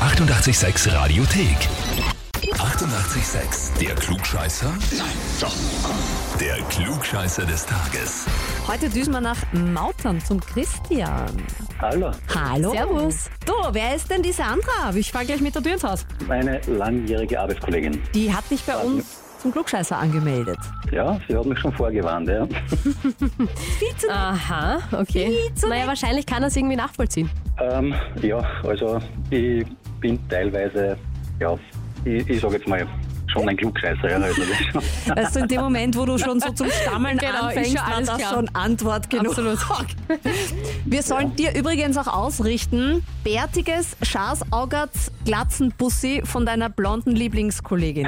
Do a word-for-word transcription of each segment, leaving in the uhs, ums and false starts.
achtundachtzig Komma sechs Radiothek. achtundachtzig Komma sechs. Der Klugscheißer? Nein, doch. Der Klugscheißer des Tages. Heute düsen wir nach Mautern zum Christian. Hallo, Hallo. Servus. Du, wer ist denn die Sandra? Ich fahre gleich mit der Tür ins Haus. meine langjährige Arbeitskollegin. Die hat dich bei uns zum Klugscheißer angemeldet. Ja, sie hat mich schon vorgewarnt, ja. Viel zu Aha, okay. Viel zu Naja, wahrscheinlich kann er es irgendwie nachvollziehen. Ähm, ja, also ich bin teilweise, ja, ich, ich sage jetzt mal, schon ein Klugscheißer. Ja, also das Weißt du, in dem Moment, wo du schon so zum Stammeln Genau, ist anfängst, schon war alles das klar. schon Antwort genug. Absolut. Wir sollen dir übrigens auch ausrichten, bärtiges, Schaßaugerts, Glatzenbussi von deiner blonden Lieblingskollegin.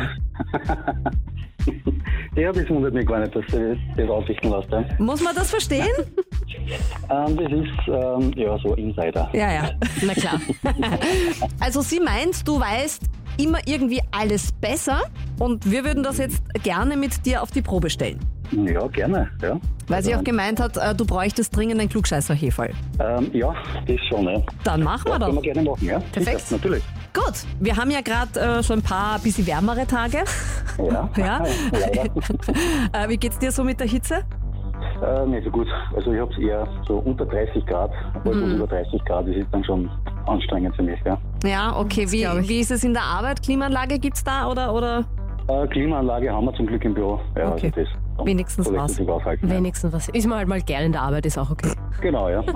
ja, das wundert mich gar nicht, dass sie das, das ausrichten lässt. Ja. Muss man das verstehen? Ähm, das ist, ähm, ja, so Insider. Ja, ja. Na klar. Also sie meint, du weißt immer irgendwie alles besser und wir würden das jetzt gerne mit dir auf die Probe stellen. Ja, gerne, ja. Weil sie auch gemeint hat, äh, du bräuchtest dringend ein Klugscheißer-Heferl. Ähm, ja, das schon, ja. Dann machen wir Ja, können wir doch. gerne machen, ja. Perfekt. Sicher, natürlich. Gut, wir haben ja gerade äh, so ein paar bisschen wärmere Tage. Ja, Ja. leider. äh, wie geht's dir so mit der Hitze? Äh, nicht so gut. Also ich habe es eher so unter dreißig Grad. Alles was über dreißig Grad, das ist dann schon anstrengend für mich, ja. Ja, okay. Wie, glaub ich. wie ist es in der Arbeit? Klimaanlage gibt's da oder, oder? Äh, Klimaanlage haben wir zum Glück im Büro. Ja, Okay. also das, Wenigstens so lässt was. es sich aufhalten, ja. Wenigstens was. Ist man halt mal gerne in der Arbeit, ist auch okay. Genau, ja.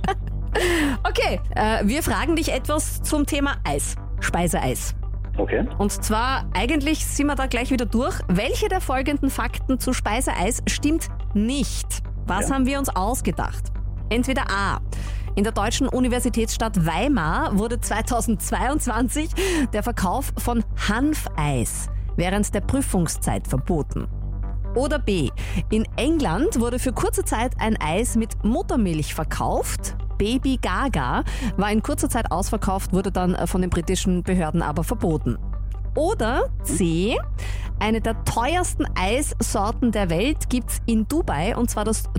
Okay, äh, wir fragen dich etwas zum Thema Eis. Speiseeis. Okay. Und zwar, eigentlich sind wir da gleich wieder durch. Welche der folgenden Fakten zu Speiseeis stimmt nicht? Was Ja. haben wir uns ausgedacht? Entweder A. In der deutschen Universitätsstadt Weimar wurde zweitausendzweiundzwanzig der Verkauf von Hanfeis während der Prüfungszeit verboten. Oder B. In England wurde für kurze Zeit ein Eis mit Muttermilch verkauft. Baby Gaga war in kurzer Zeit ausverkauft, wurde dann von den britischen Behörden aber verboten. Oder C. Eine der teuersten Eissorten der Welt gibt's in Dubai, und zwar das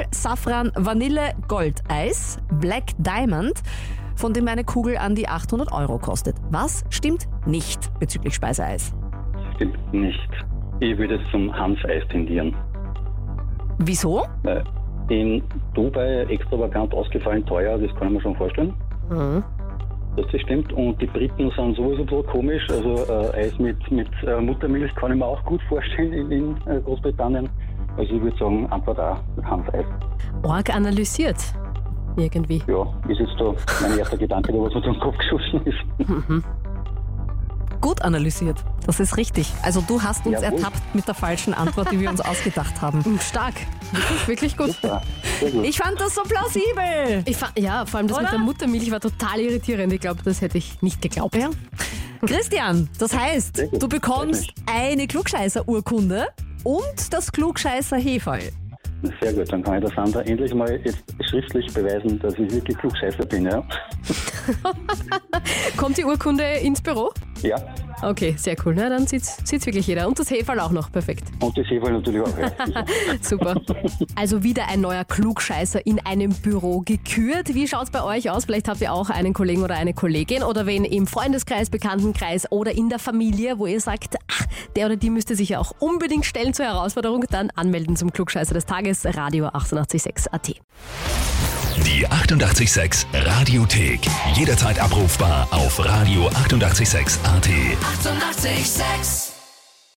Trüffel-Safran-Vanille-Goldeis Black Diamond, von dem eine Kugel an die achthundert Euro kostet. Was stimmt nicht bezüglich Speiseeis? Stimmt nicht. Ich würde jetzt zum Hanfeis tendieren. Wieso? Weil in Dubai extravagant ausgefallen teuer, das kann ich mir schon vorstellen, Mhm. dass das stimmt. Und die Briten sind sowieso so komisch. Also äh, Eis mit, mit äh, Muttermilch kann ich mir auch gut vorstellen in, in äh, Großbritannien. Also ich würde sagen, Antwort A, Hanfeis. Org analysiert. Irgendwie. Ja, ist jetzt da mein erster Gedanke, der was mir durch den Kopf geschossen ist. Gut analysiert. Das ist richtig. Also du hast uns Jawohl. ertappt mit der falschen Antwort, die wir uns ausgedacht haben. Stark. Wirklich, wirklich gut. Ja, sehr gut. Ich fand das so plausibel. Ich fa- ja, vor allem das Oder? mit der Muttermilch war total irritierend. Ich glaube, das hätte ich nicht geglaubt. Ja. Christian, das heißt, Sehr gut. du bekommst eine Klugscheißer-Urkunde und das Klugscheißer-Heferl. Sehr gut, dann kann ich der Sandra endlich mal jetzt schriftlich beweisen, dass ich wirklich Klugscheißer bin, ja? Kommt die Urkunde ins Büro? Ja, Okay, sehr cool. Na, dann sieht's, sieht's wirklich jeder. Und das Heferl auch noch. Perfekt. und das Heferl natürlich auch. Ja. Super. Also wieder ein neuer Klugscheißer in einem Büro gekürt. Wie schaut's bei euch aus? Vielleicht habt ihr auch einen Kollegen oder eine Kollegin oder wen im Freundeskreis, Bekanntenkreis oder in der Familie, wo ihr sagt, ach, der oder die müsste sich ja auch unbedingt stellen zur Herausforderung. Dann anmelden zum Klugscheißer des Tages, Radio achtundachtzig Komma sechs A T. Die achtundachtzig Komma sechs Radiothek. Jederzeit abrufbar auf Radio achtundachtzig Komma sechs A T. achtundachtzig Komma sechs